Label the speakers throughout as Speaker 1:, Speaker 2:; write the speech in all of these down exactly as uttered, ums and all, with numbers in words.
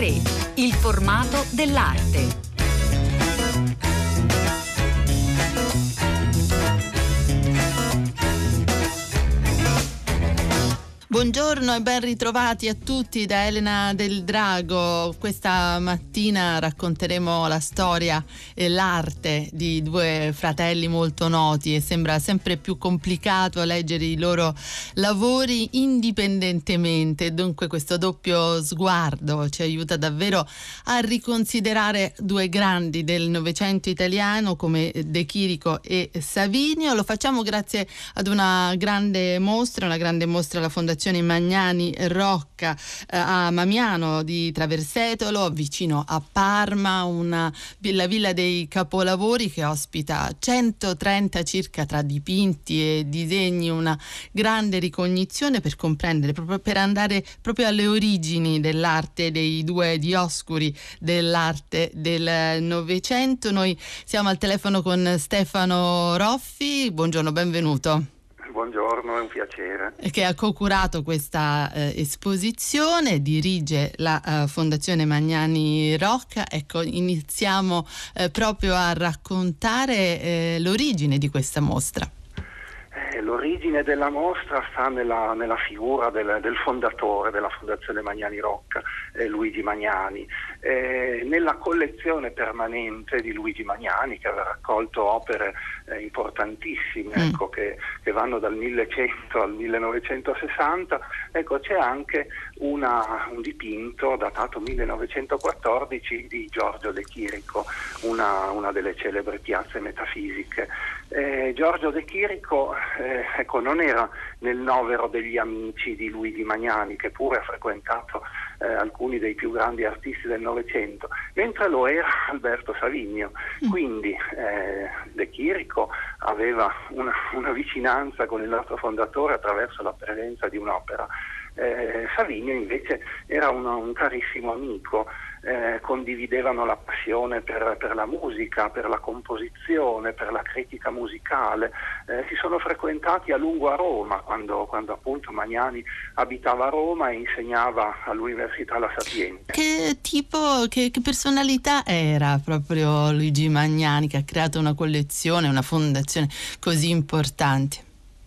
Speaker 1: tre, il formato dell'arte.
Speaker 2: Buongiorno e ben ritrovati a tutti da Elena Del Drago. Questa mattina racconteremo la storia e l'arte di due fratelli molto noti e sembra sempre più complicato leggere i loro lavori indipendentemente. Dunque questo doppio sguardo ci aiuta davvero a riconsiderare due grandi del Novecento italiano come De Chirico e Savinio. Lo facciamo grazie ad una grande mostra, una grande mostra alla Fondazione Magnani Rocca eh, a Mamiano di Traversetolo, vicino a Parma, una la Villa dei Capolavori che ospita centotrenta circa tra dipinti e disegni, una grande ricognizione per comprendere, proprio per andare proprio alle origini dell'arte dei due dioscuri dell'arte del Novecento. Noi siamo al telefono con Stefano Roffi. Buongiorno, benvenuto.
Speaker 3: Buongiorno, è un piacere.
Speaker 2: Che ha co-curato questa eh, esposizione, dirige la uh, Fondazione Magnani Rocca. Ecco, iniziamo eh, proprio a raccontare eh, l'origine di questa mostra.
Speaker 3: Eh, l'origine della mostra sta nella, nella figura del, del fondatore della Fondazione Magnani Rocca, eh, Luigi Magnani. Eh, nella collezione permanente di Luigi Magnani, che aveva raccolto opere eh, importantissime, mm. ecco, che, che vanno dal millecento al millenovecentosessanta, ecco, c'è anche una, un dipinto datato millenovecentoquattordici di Giorgio De Chirico, una, una delle celebri piazze metafisiche. Eh, Giorgio De Chirico eh, ecco, non era nel novero degli amici di Luigi Magnani, che pure ha frequentato eh, alcuni dei più grandi artisti del Novecento, mentre lo era Alberto Savinio. Quindi eh, De Chirico aveva una, una vicinanza con il nostro fondatore attraverso la presenza di un'opera. Eh, Savinio invece era una, un carissimo amico, eh, condividevano la passione per, per la musica, per la composizione, per la critica musicale, eh, si sono frequentati a lungo a Roma quando, quando appunto Magnani abitava a Roma e insegnava all'Università La Sapienza.
Speaker 2: Che tipo, che, che personalità era proprio Luigi Magnani, che ha creato una collezione, una fondazione così importante?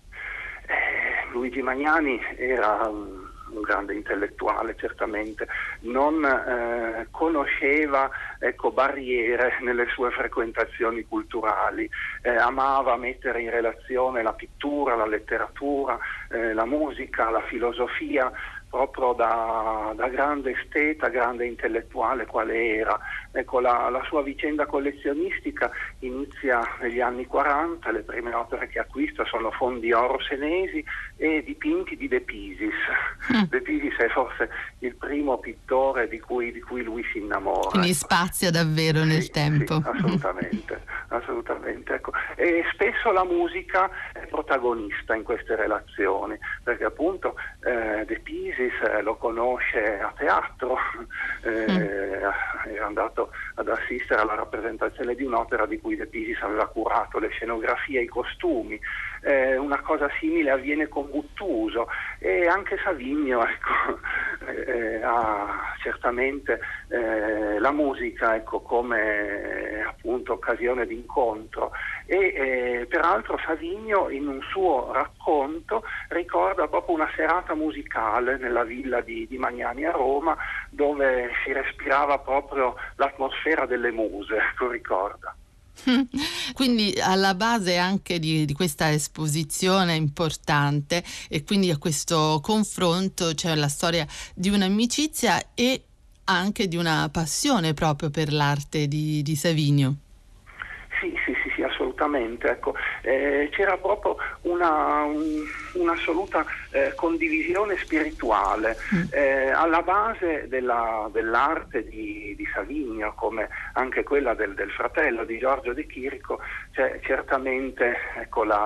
Speaker 3: Luigi Magnani era un, un grande intellettuale, certamente, non eh, conosceva ecco, barriere nelle sue frequentazioni culturali, eh, amava mettere in relazione la pittura, la letteratura, eh, la musica, la filosofia, proprio da, da grande esteta, grande intellettuale quale era. Ecco, la, la sua vicenda collezionistica inizia negli anni quaranta, le prime opere che acquista sono fondi oro senesi e dipinti di De Pisis. Mm. De Pisis è forse il primo pittore di cui, di cui lui si innamora.
Speaker 2: Quindi spazia davvero nel
Speaker 3: sì,
Speaker 2: tempo.
Speaker 3: Sì, assolutamente, assolutamente. Ecco. E spesso la musica è protagonista in queste relazioni, perché appunto eh, De Pisis eh, lo conosce a teatro, eh, mm. è andato ad assistere alla rappresentazione di un'opera di cui De Pisis aveva curato le scenografie e i costumi. Eh, una cosa simile avviene con Guttuso e anche Savinio ecco, eh, ha certamente eh, la musica ecco, come appunto occasione di incontro e eh, peraltro Savinio in un suo racconto ricorda proprio una serata musicale nella villa di, di Magnani a Roma, dove si respirava proprio l'atmosfera delle muse, ecco, ricorda.
Speaker 2: Quindi alla base anche di, di questa esposizione importante e quindi a questo confronto c'è la storia di un'amicizia e anche di una passione proprio per l'arte di, di Savinio.
Speaker 3: Sì, sì, sì, sì, assolutamente. Ecco, eh, c'era proprio una, un, un'assoluta eh, condivisione spirituale mm. eh, alla base della, dell'arte di, di Savinio, come anche quella del, del fratello di Giorgio De Chirico. C'è certamente ecco, la,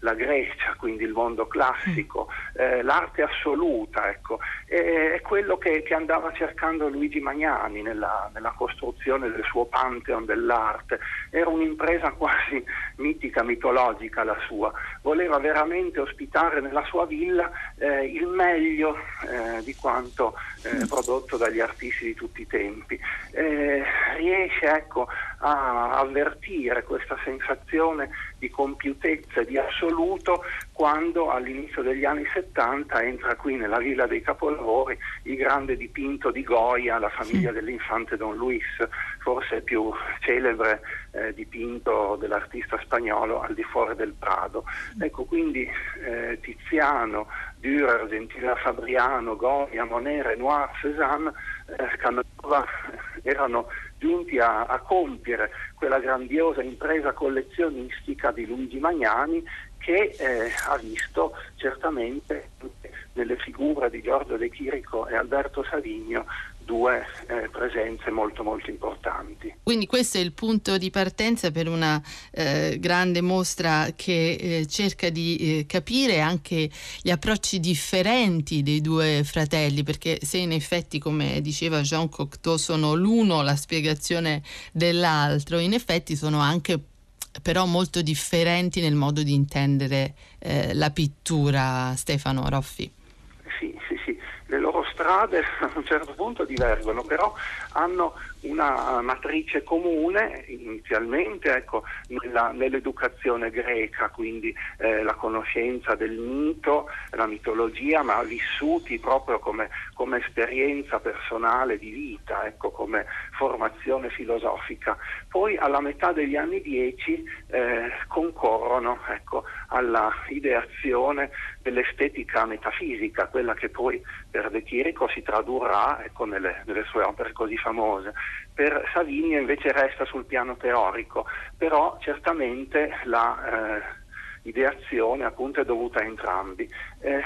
Speaker 3: la Grecia, quindi il mondo classico, eh, l'arte assoluta, ecco, è, è quello che, che andava cercando Luigi Magnani nella, nella costruzione del suo Pantheon dell'arte. Era un'impresa quasi mitica, mitologica la sua, voleva veramente ospitare nella sua villa eh, il meglio eh, di quanto eh, prodotto dagli artisti di tutti i tempi. Eh, riesce ecco a avvertire questa sensazione di compiutezza e di assoluto quando all'inizio degli anni settanta entra qui nella Villa dei Capolavori il grande dipinto di Goya, La famiglia dell'infante Don Luis, forse il più celebre eh, dipinto dell'artista spagnolo al di fuori del Prado. Ecco, quindi eh, Tiziano, Dürer, Gentile Fabriano, Goya, Monet, Renoir, Cézanne, eh, Canova erano giunti a, a compiere quella grandiosa impresa collezionistica di Luigi Magnani, che eh, ha visto certamente nelle figure di Giorgio De Chirico e Alberto Savigno due eh, presenze molto molto importanti.
Speaker 2: Quindi questo è il punto di partenza per una eh, grande mostra che eh, cerca di eh, capire anche gli approcci differenti dei due fratelli, perché se in effetti, come diceva Jean Cocteau, sono l'uno la spiegazione dell'altro, in effetti sono anche però molto differenti nel modo di intendere eh, la pittura. Stefano Roffi.
Speaker 3: Sì, sì, sì, le loro strade a un certo punto divergono, però hanno una matrice comune inizialmente, ecco, nella, nell'educazione greca, quindi eh, la conoscenza del mito, la mitologia, ma vissuti proprio come, come esperienza personale di vita, ecco, come formazione filosofica. Poi alla metà degli anni dieci eh, concorrono, ecco, alla ideazione dell'estetica metafisica, quella che poi per De Chirico si tradurrà, ecco, nelle, nelle sue opere così famose. Per Savigno invece resta sul piano teorico, però certamente la eh, ideazione appunto è dovuta a entrambi. Eh,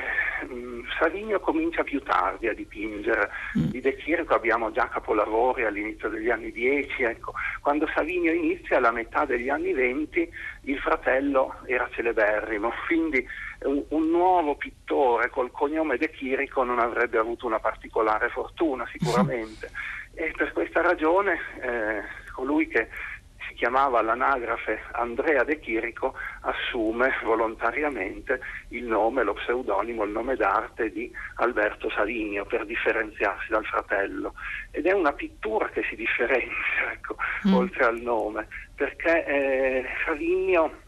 Speaker 3: Savigno comincia più tardi a dipingere, di De Chirico abbiamo già capolavori all'inizio degli anni dieci, ecco. Quando Savigno inizia, alla metà degli anni venti, il fratello era celeberrimo, quindi un, un nuovo pittore col cognome De Chirico non avrebbe avuto una particolare fortuna sicuramente, e per questa ragione eh, colui che si chiamava all'anagrafe Andrea De Chirico assume volontariamente il nome, lo pseudonimo, il nome d'arte di Alberto Savigno per differenziarsi dal fratello, ed è una pittura che si differenzia, ecco, mm. oltre al nome, perché eh, Savigno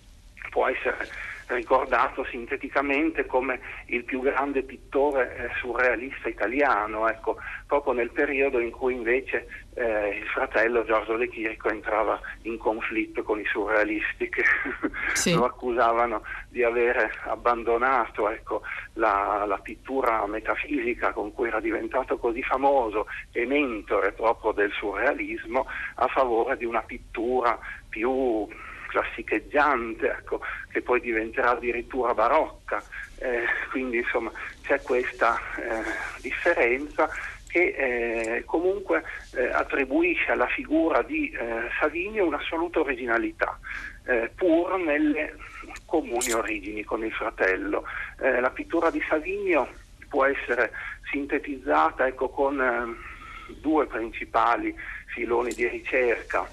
Speaker 3: può essere ricordato sinteticamente come il più grande pittore eh, surrealista italiano, ecco, proprio nel periodo in cui invece eh, il fratello Giorgio De Chirico entrava in conflitto con i surrealisti che sì. lo accusavano di avere abbandonato, ecco, la, la pittura metafisica con cui era diventato così famoso e mentore proprio del surrealismo, a favore di una pittura più classicheggiante, ecco, che poi diventerà addirittura barocca. Eh, quindi insomma c'è questa eh, differenza che eh, comunque eh, attribuisce alla figura di eh, Savigno un'assoluta originalità, eh, pur nelle comuni origini con il fratello. Eh, la pittura di Savigno può essere sintetizzata, ecco, con eh, due principali filoni di ricerca: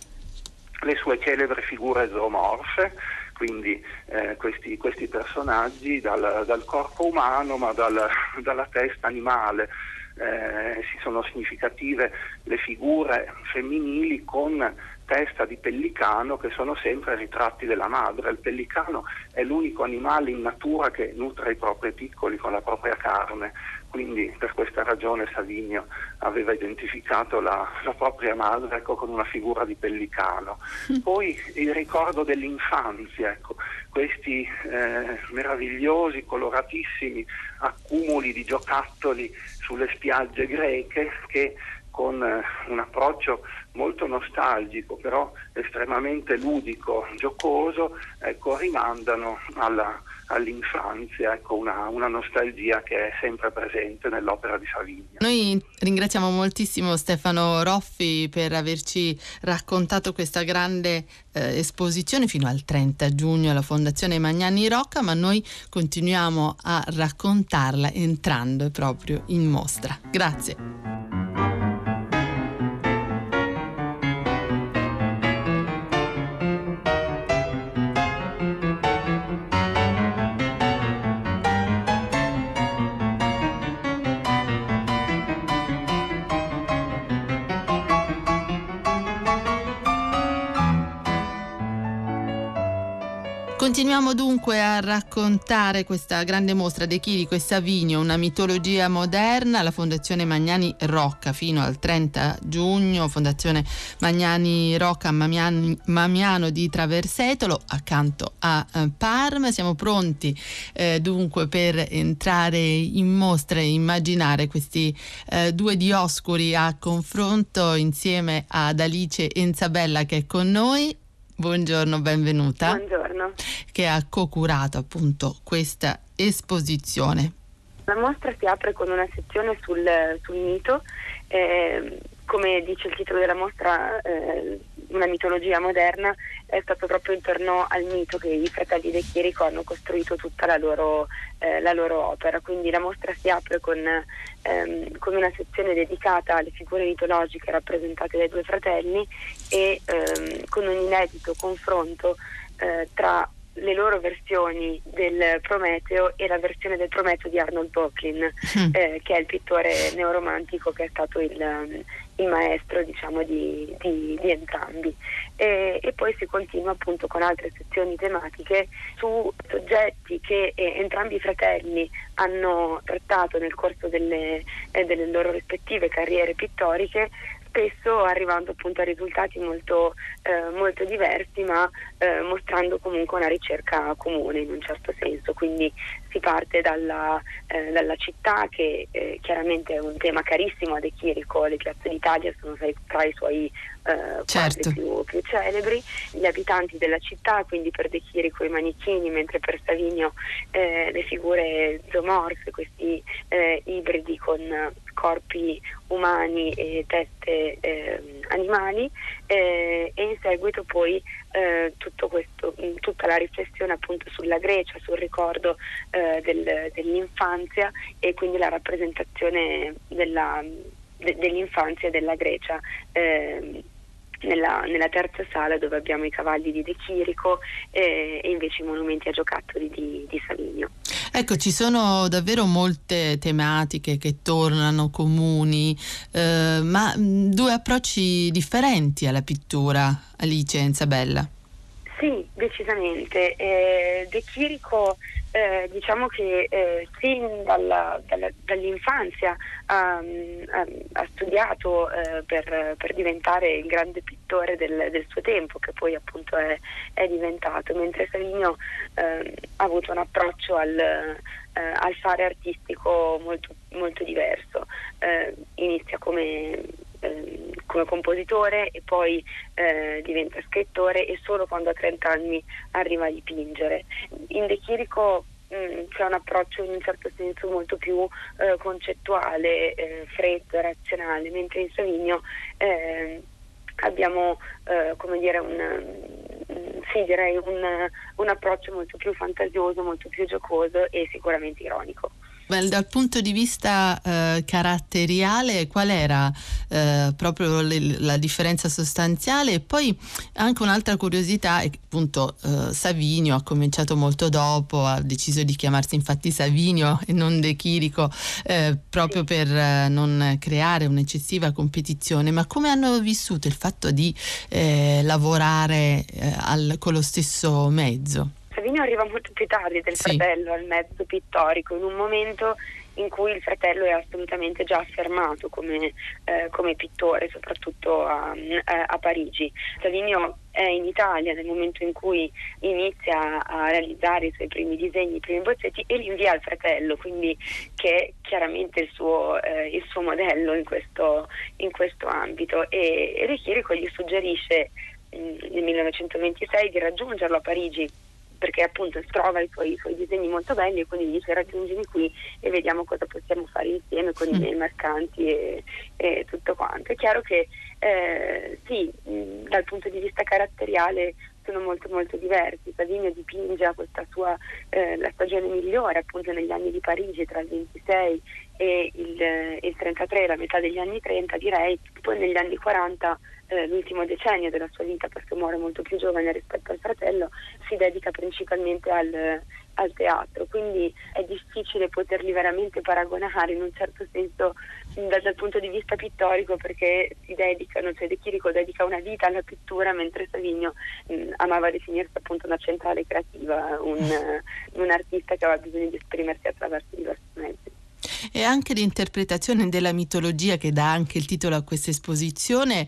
Speaker 3: le sue celebri figure zoomorfe, quindi eh, questi, questi personaggi dal, dal corpo umano ma dal, dalla testa animale. Eh, si sono significative le figure femminili con testa di pellicano, che sono sempre ritratti della madre. Il pellicano è l'unico animale in natura che nutre i propri piccoli con la propria carne, quindi per questa ragione Savigno aveva identificato la, la propria madre, ecco, con una figura di pellicano. Poi il ricordo dell'infanzia, ecco, questi eh, meravigliosi, coloratissimi accumuli di giocattoli sulle spiagge greche che con eh, un approccio molto nostalgico, però estremamente ludico, giocoso, ecco, rimandano alla, all'infanzia, ecco, una, una nostalgia che è sempre presente nell'opera di Savigno.
Speaker 2: Noi ringraziamo moltissimo Stefano Roffi per averci raccontato questa grande eh, esposizione fino al trenta giugno alla Fondazione Magnani Rocca, ma noi continuiamo a raccontarla entrando proprio in mostra. Grazie. Continuiamo dunque a raccontare questa grande mostra De Chirico e Savigno, una mitologia moderna, alla Fondazione Magnani Rocca fino al trenta giugno, Fondazione Magnani Rocca a Mamiani, Mamiano di Traversetolo, accanto a eh, Parma. Siamo pronti eh, dunque per entrare in mostra e immaginare questi eh, due Dioscuri a confronto insieme ad Alice Enzabella, che è con noi. Buongiorno, benvenuta.
Speaker 4: Buongiorno.
Speaker 2: Che ha co-curato appunto questa esposizione.
Speaker 4: La mostra si apre con una sezione sul, sul mito, eh, come dice il titolo della mostra, eh, una mitologia moderna, è stato proprio intorno al mito che i fratelli De Chirico hanno costruito tutta la loro, eh, la loro opera. Quindi la mostra si apre con, ehm, con una sezione dedicata alle figure mitologiche rappresentate dai due fratelli e ehm, con un inedito confronto eh, tra le loro versioni del Prometeo e la versione del Prometeo di Arnold Böcklin, mm. eh, che è il pittore neoromantico che è stato il, il maestro, diciamo, di, di, di entrambi. E, e poi si continua appunto con altre sezioni tematiche su soggetti che eh, entrambi i fratelli hanno trattato nel corso delle, eh, delle loro rispettive carriere pittoriche, spesso arrivando appunto a risultati molto, eh, molto diversi, ma eh, mostrando comunque una ricerca comune in un certo senso. Quindi si parte dalla, eh, dalla città, che eh, chiaramente è un tema carissimo a De Chirico. Le piazze d'Italia sono tra i suoi eh,
Speaker 2: certo.
Speaker 4: quadri più, più celebri. Gli abitanti della città, quindi per De Chirico i manichini, mentre per Savigno eh, le figure zoomorfe, questi eh, ibridi con corpi umani e teste eh, animali, eh, e in seguito poi eh, tutto questo, tutta la riflessione appunto sulla Grecia, sul ricordo eh, del, dell'infanzia, e quindi la rappresentazione della, de, dell'infanzia della Grecia eh, nella, nella terza sala, dove abbiamo i cavalli di De Chirico eh, e invece i monumenti a giocattoli di, di Savigno.
Speaker 2: Ecco, ci sono davvero molte tematiche che tornano comuni, eh, ma mh, due approcci differenti alla pittura, Alice Enzabella.
Speaker 4: Sì, decisamente. Eh, De Chirico, eh, diciamo che eh, sin dalla, dalla, dall'infanzia um, ha studiato eh, per, per diventare il grande pittore del, del suo tempo, che poi appunto è, è diventato, mentre Savigno eh, ha avuto un approccio al, eh, al fare artistico molto, molto diverso. Eh, inizia come come compositore e poi eh, diventa scrittore, e solo quando ha trenta anni arriva a dipingere. In De Chirico mh, c'è un approccio in un certo senso molto più eh, concettuale, eh, freddo, razionale, mentre in Savigno eh, abbiamo eh, come dire un, sì, direi un, un approccio molto più fantasioso, molto più giocoso e sicuramente ironico.
Speaker 2: Dal punto di vista eh, caratteriale, qual era eh, proprio le, la differenza sostanziale? E poi anche un'altra curiosità è che appunto eh, Savigno ha cominciato molto dopo, ha deciso di chiamarsi infatti Savigno e non De Chirico, eh, proprio per eh, non creare un'eccessiva competizione. Ma come hanno vissuto il fatto di eh, lavorare eh, al, con lo stesso mezzo?
Speaker 4: Savigno arriva molto più tardi del
Speaker 2: sì.
Speaker 4: fratello al mezzo pittorico, in un momento in cui il fratello è assolutamente già affermato come, eh, come pittore, soprattutto a, a Parigi. Savigno è in Italia nel momento in cui inizia a realizzare i suoi primi disegni, i primi bozzetti, e li invia al fratello, quindi che è chiaramente il suo, eh, il suo modello in questo, in questo ambito. E, e De Chirico gli suggerisce mh, nel millenovecentoventisei di raggiungerlo a Parigi perché appunto trova i suoi, i suoi disegni molto belli e quindi dice raggiungimi qui e vediamo cosa possiamo fare insieme con mm. i miei mercanti e, e tutto quanto. È chiaro che eh, sì, mh, dal punto di vista caratteriale sono molto molto diversi. Savinio dipinge a questa sua eh, la stagione migliore appunto negli anni di Parigi tra il ventisei e il, eh, il trentatré, la metà degli anni trenta direi, poi negli anni quaranta eh, l'ultimo decennio della sua vita, perché muore molto più giovane rispetto al fratello, si dedica principalmente al, al teatro, quindi è difficile poterli veramente paragonare in un certo senso dal, dal punto di vista pittorico, perché si dedicano, cioè De Chirico dedica una vita alla pittura, mentre Savinio mh, amava definirsi appunto una centrale creativa, un, un artista che aveva bisogno di esprimersi attraverso diversi mezzi.
Speaker 2: E anche l'interpretazione della mitologia che dà anche il titolo a questa esposizione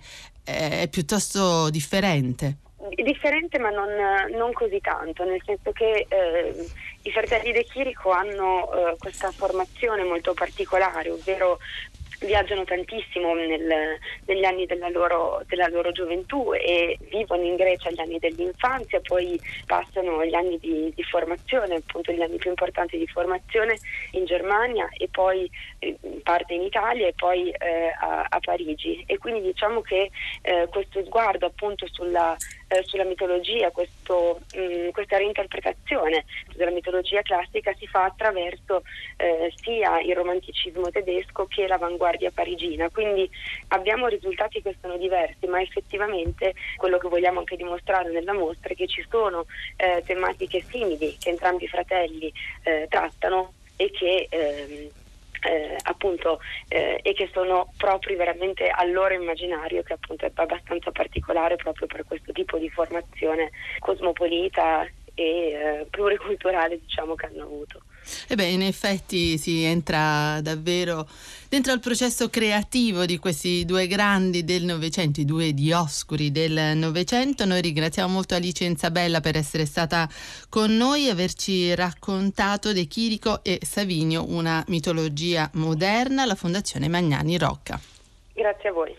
Speaker 2: è piuttosto differente.
Speaker 4: Differente ma non, non così tanto, nel senso che eh, i fratelli De Chirico hanno eh, questa formazione molto particolare, ovvero viaggiano tantissimo nel, negli anni della loro, della loro gioventù e vivono in Grecia gli anni dell'infanzia, poi passano gli anni di, di formazione, appunto gli anni più importanti di formazione in Germania e poi eh, parte in Italia e poi eh, a, a Parigi, e quindi diciamo che eh, questo sguardo appunto sulla eh, sulla mitologia, questo, mh, questa reinterpretazione della mitologia classica si fa attraverso eh, sia il romanticismo tedesco che l'avanguardia parigina, quindi abbiamo risultati che sono diversi, ma effettivamente quello che vogliamo anche dimostrare nella mostra è che ci sono eh, tematiche simili che entrambi i fratelli eh, trattano e che ehm, Eh, appunto eh, e che sono propri veramente al loro immaginario, che appunto è abbastanza particolare proprio per questo tipo di formazione cosmopolita e eh, pluriculturale, diciamo, che hanno avuto.
Speaker 2: E beh, in effetti si entra davvero dentro al processo creativo di questi due grandi del Novecento, i due Dioscuri del Novecento. Noi ringraziamo molto Alice Inzabella per essere stata con noi e averci raccontato De Chirico e Savinio, una mitologia moderna, la Fondazione Magnani Rocca.
Speaker 4: Grazie a voi.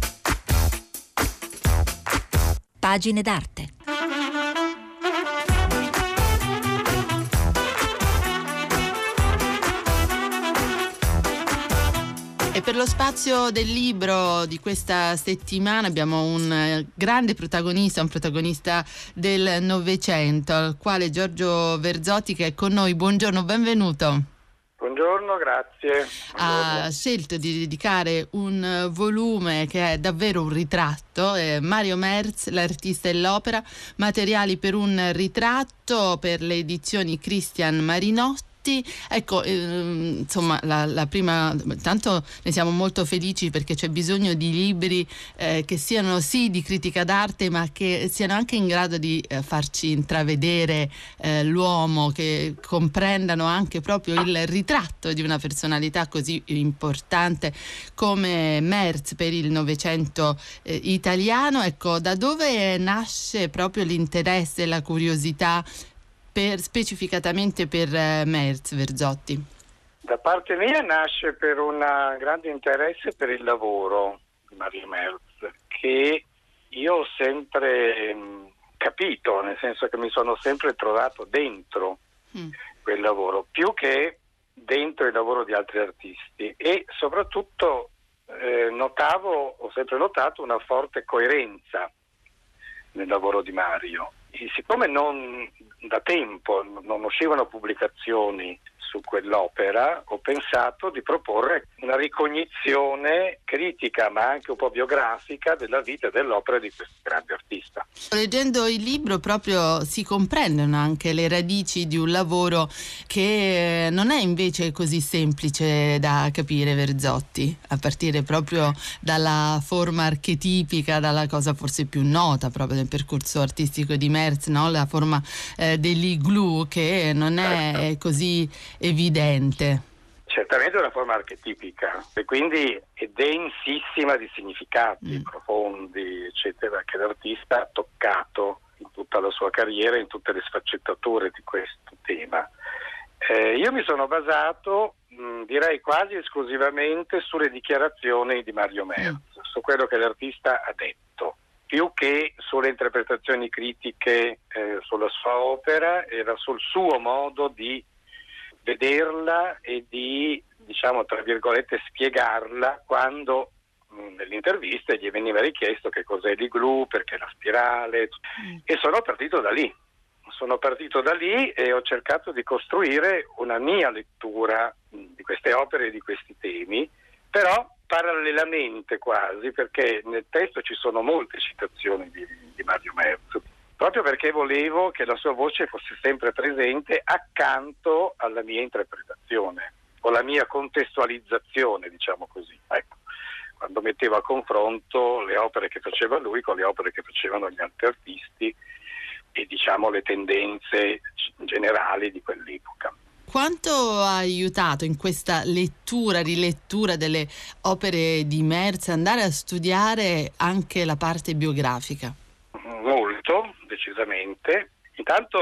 Speaker 1: Pagine d'arte.
Speaker 2: E per lo spazio del libro di questa settimana abbiamo un grande protagonista, un protagonista del Novecento, al quale Giorgio Verzotti, che è con noi. Buongiorno, benvenuto.
Speaker 5: Buongiorno, grazie.
Speaker 2: Buongiorno. Ha scelto di dedicare un volume che è davvero un ritratto, eh, Mario Merz, l'artista e l'opera, materiali per un ritratto, per le edizioni Christian Marinotti. Ecco, eh, insomma, la, la prima, tanto ne siamo molto felici perché c'è bisogno di libri eh, che siano sì di critica d'arte, ma che siano anche in grado di eh, farci intravedere eh, l'uomo, che comprendano anche proprio il ritratto di una personalità così importante come Merz per il Novecento eh, italiano. Ecco, da dove nasce proprio l'interesse e la curiosità per, specificatamente per eh, Merz, Verzotti?
Speaker 5: Da parte mia nasce per un grande interesse per il lavoro di Mario Merz, che io ho sempre mh, capito, nel senso che mi sono sempre trovato dentro mm. quel lavoro, più che dentro il lavoro di altri artisti, e soprattutto eh, notavo, ho sempre notato una forte coerenza nel lavoro di Mario. E siccome non da tempo non uscivano pubblicazioni su quell'opera, ho pensato di proporre una ricognizione critica ma anche un po' biografica della vita e dell'opera di questo grande artista.
Speaker 2: Leggendo il libro proprio si comprendono anche le radici di un lavoro che non è invece così semplice da capire, Verzotti, a partire proprio dalla forma archetipica, dalla cosa forse più nota proprio del percorso artistico di Merz, no? La forma eh, dell'igloo, che non è così evidente.
Speaker 5: Certamente è una forma archetipica e quindi è densissima di significati mm. profondi, eccetera, che l'artista ha toccato in tutta la sua carriera, in tutte le sfaccettature di questo tema. Eh, io mi sono basato, mh, direi quasi esclusivamente, sulle dichiarazioni di Mario Merz, mm. su quello che l'artista ha detto. più che sulle interpretazioni critiche eh, sulla sua opera, era sul suo modo di vederla e di, diciamo, tra virgolette, spiegarla quando mh, nelle interviste gli veniva richiesto che cos'è l'igloo, perché la spirale, mm. e sono partito da lì. Sono partito da lì e ho cercato di costruire una mia lettura di queste opere e di questi temi, però parallelamente quasi, perché nel testo ci sono molte citazioni di, di Mario Merz, proprio perché volevo che la sua voce fosse sempre presente accanto alla mia interpretazione o la mia contestualizzazione, diciamo così. Ecco, quando mettevo a confronto le opere che faceva lui con le opere che facevano gli altri artisti e, diciamo, le tendenze generali di quell'epoca.
Speaker 2: Quanto ha aiutato in questa lettura, rilettura delle opere di Merz andare a studiare anche la parte biografica?
Speaker 5: Molto, decisamente. Intanto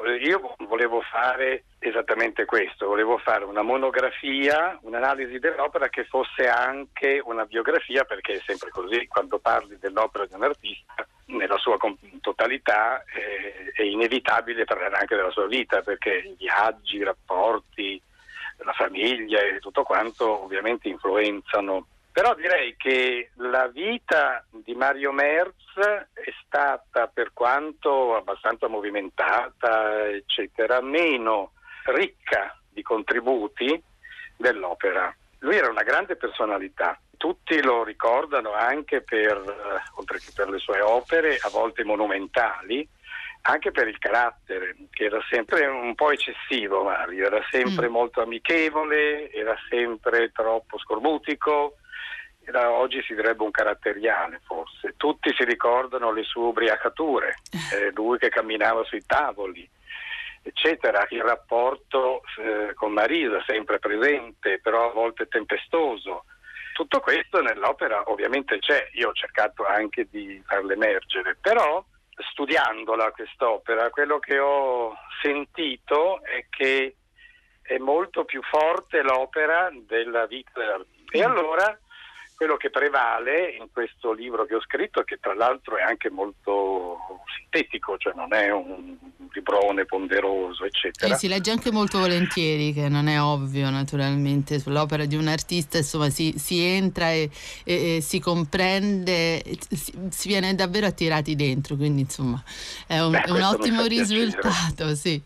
Speaker 5: io volevo fare esattamente questo, volevo fare una monografia, un'analisi dell'opera che fosse anche una biografia, perché è sempre così, quando parli dell'opera di un artista, nella sua totalità eh, è inevitabile parlare anche della sua vita, perché i viaggi, i rapporti, la famiglia e tutto quanto ovviamente influenzano. Però direi che la vita di Mario Merz è stata, per quanto abbastanza movimentata, eccetera, meno ricca di contributi dell'opera. Lui era una grande personalità. Tutti lo ricordano anche per, oltre che per le sue opere, a volte monumentali, anche per il carattere, che era sempre un po' eccessivo Mario, era sempre mm. molto amichevole, era sempre troppo scorbutico, era, oggi si direbbe un caratteriale forse. Tutti si ricordano le sue ubriacature, eh, lui che camminava sui tavoli, eccetera, il rapporto eh, con Marisa sempre presente, però a volte tempestoso. Tutto questo nell'opera ovviamente c'è, io ho cercato anche di farlo emergere, però studiandola quest'opera quello che ho sentito è che è molto più forte l'opera della vita dell'artista. E allora quello che prevale in questo libro che ho scritto, che tra l'altro è anche molto sintetico, cioè non è un librone ponderoso, eccetera.
Speaker 2: E si legge anche molto volentieri, che non è ovvio naturalmente, sull'opera di un artista, insomma si, si entra e, e, e si comprende, si, si viene davvero attirati dentro, quindi insomma è un,
Speaker 5: Beh,
Speaker 2: è un ottimo risultato, sì.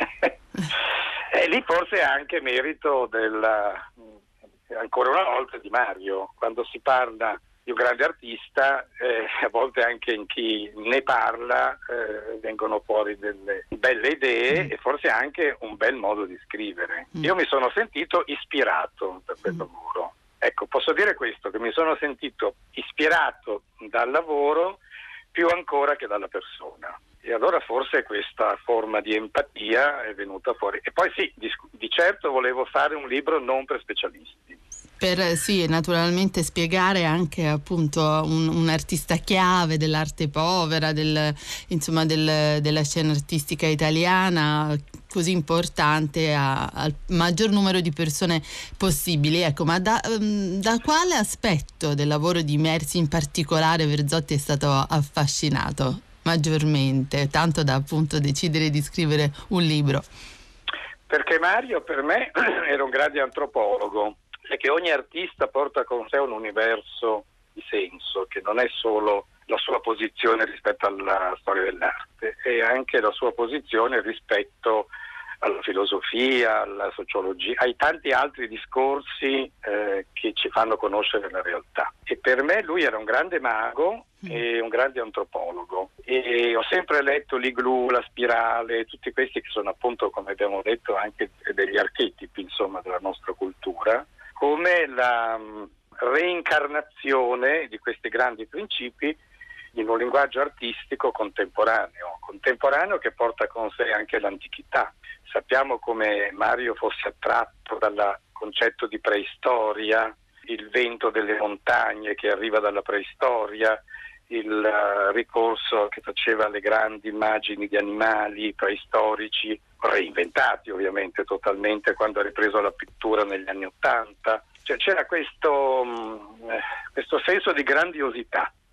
Speaker 5: E lì forse è anche merito della... ancora una volta di Mario, quando si parla di un grande artista, eh, a volte anche in chi ne parla eh, vengono fuori delle belle idee mm. e forse anche un bel modo di scrivere. Mm. Io mi sono sentito ispirato da quel mm. lavoro. Ecco, posso dire questo, che mi sono sentito ispirato dal lavoro più ancora che dalla persona. E allora forse questa forma di empatia è venuta fuori. E poi sì, di, di certo volevo fare un libro non per specialisti.
Speaker 2: Per sì, naturalmente spiegare anche appunto un, un artista chiave dell'arte povera, del, insomma del, della scena artistica italiana, così importante a, al maggior numero di persone possibili. Ecco, ma da, da quale aspetto del lavoro di Merz in particolare Verzotti è stato affascinato maggiormente, tanto da appunto decidere di scrivere un libro?
Speaker 5: Perché Mario per me era un grande antropologo, e che ogni artista porta con sé un universo di senso, che non è solo la sua posizione rispetto alla storia dell'arte, è anche la sua posizione rispetto alla filosofia, alla sociologia, ai tanti altri discorsi eh, che ci fanno conoscere la realtà. E per me lui era un grande mago e un grande antropologo, e ho sempre letto l'igloo, la spirale, tutti questi che sono appunto, come abbiamo detto, anche degli archetipi insomma della nostra cultura, come la reincarnazione di questi grandi principi in un linguaggio artistico contemporaneo, contemporaneo che porta con sé anche l'antichità. Sappiamo come Mario fosse attratto dal concetto di preistoria, il vento delle montagne che arriva dalla preistoria, il uh, ricorso che faceva alle grandi immagini di animali preistorici, reinventati ovviamente totalmente quando ha ripreso la pittura negli anni Ottanta. Cioè, c'era questo, mh, questo senso di grandiosità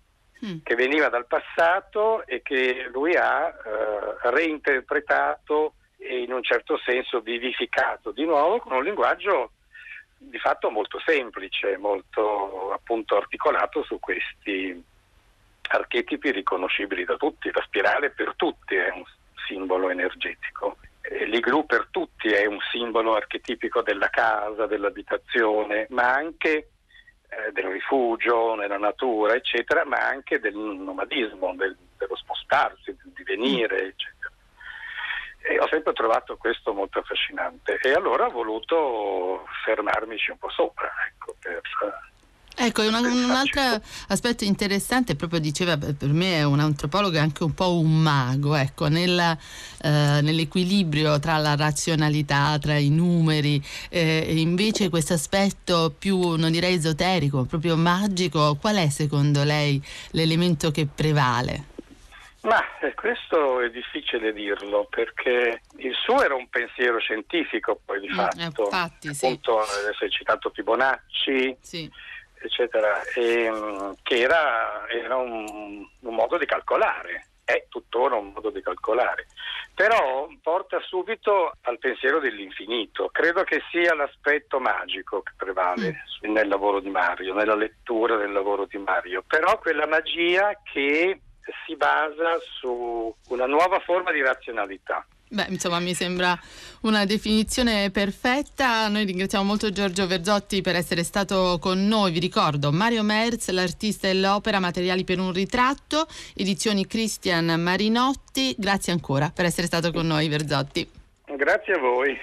Speaker 5: mm. che veniva dal passato e che lui ha eh, reinterpretato e in un certo senso vivificato di nuovo con un linguaggio di fatto molto semplice, molto appunto articolato su questi archetipi riconoscibili da tutti. La spirale per tutti è un simbolo energetico, l'igloo per tutti è un simbolo archetipico della casa, dell'abitazione, ma anche eh, del rifugio nella natura, eccetera, ma anche del nomadismo, del, dello spostarsi, del divenire, eccetera. E ho sempre trovato questo molto affascinante e allora ho voluto fermarmici un po' sopra, ecco, per...
Speaker 2: Ecco, una, un altro aspetto interessante, proprio diceva, per me è un antropologo e anche un po' un mago, ecco, nella, eh, nell'equilibrio tra la razionalità, tra i numeri, eh, e invece questo aspetto più, non direi esoterico, proprio magico, qual è secondo lei l'elemento che prevale?
Speaker 5: Ma eh, questo è difficile dirlo, perché il suo era un pensiero scientifico poi di fatto,
Speaker 2: mm, infatti,
Speaker 5: appunto
Speaker 2: sì.
Speaker 5: Adesso hai citato Fibonacci,
Speaker 2: sì.
Speaker 5: eccetera, e, che era, era un, un modo di calcolare, è tuttora un modo di calcolare, però porta subito al pensiero dell'infinito. Credo che sia l'aspetto magico che prevale mm. nel lavoro di Mario, nella lettura del lavoro di Mario, però quella magia che si basa su una nuova forma di razionalità.
Speaker 2: Beh, insomma, mi sembra una definizione perfetta. Noi ringraziamo molto Giorgio Verzotti per essere stato con noi. Vi ricordo Mario Merz, l'artista e l'opera, materiali per un ritratto, edizioni Cristian Marinotti. Grazie ancora per essere stato con noi, Verzotti.
Speaker 5: Grazie a voi.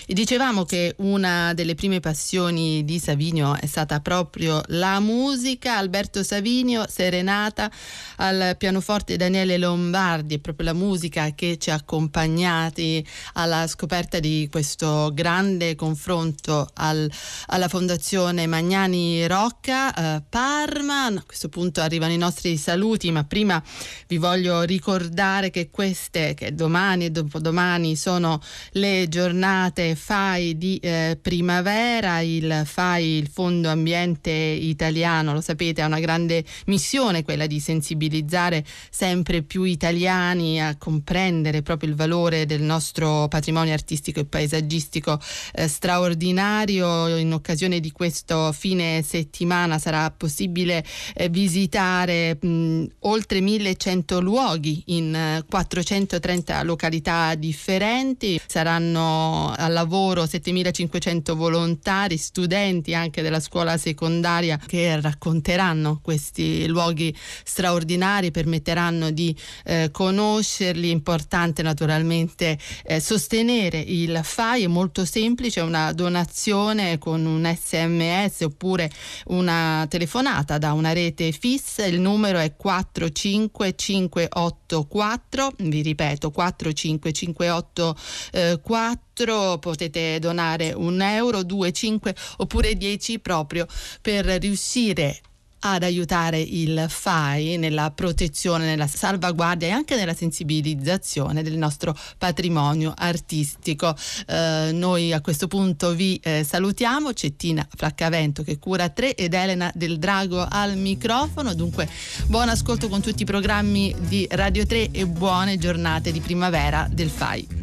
Speaker 2: E dicevamo che una delle prime passioni di Savinio è stata proprio la musica. Alberto Savinio, Serenata, al pianoforte Daniele Lombardi, è proprio la musica che ci ha accompagnati alla scoperta di questo grande confronto al, alla Fondazione Magnani Rocca. eh, Parma, a questo punto arrivano i nostri saluti, ma prima vi voglio ricordare che queste, che domani e dopodomani sono le giornate F A I di eh, primavera. Il F A I, il Fondo Ambiente Italiano, lo sapete, ha una grande missione, quella di sensibilizzare sempre più italiani a comprendere proprio il valore del nostro patrimonio artistico e paesaggistico eh, straordinario. In occasione di questo fine settimana sarà possibile eh, visitare mh, oltre millecento luoghi in eh, quattrocentotrenta località differenti. Saranno al lavoro settemilacinquecento volontari, studenti anche della scuola secondaria, che racconteranno questi luoghi straordinari, permetteranno di eh, conoscerli. Importante naturalmente eh, sostenere il F A I, è molto semplice, una donazione con un S M S oppure una telefonata da una rete fissa. Il numero è quattro cinque cinque otto quattro, vi ripeto quattro cinque cinque otto quattro. Potete donare un euro, due, cinque oppure dieci, proprio per riuscire ad aiutare il F A I nella protezione, nella salvaguardia e anche nella sensibilizzazione del nostro patrimonio artistico. Eh, noi a questo punto vi eh, salutiamo. C'è Tina Fraccavento che cura tre ed Elena Del Drago al microfono. Dunque buon ascolto con tutti i programmi di Radio tre e buone giornate di primavera del F A I.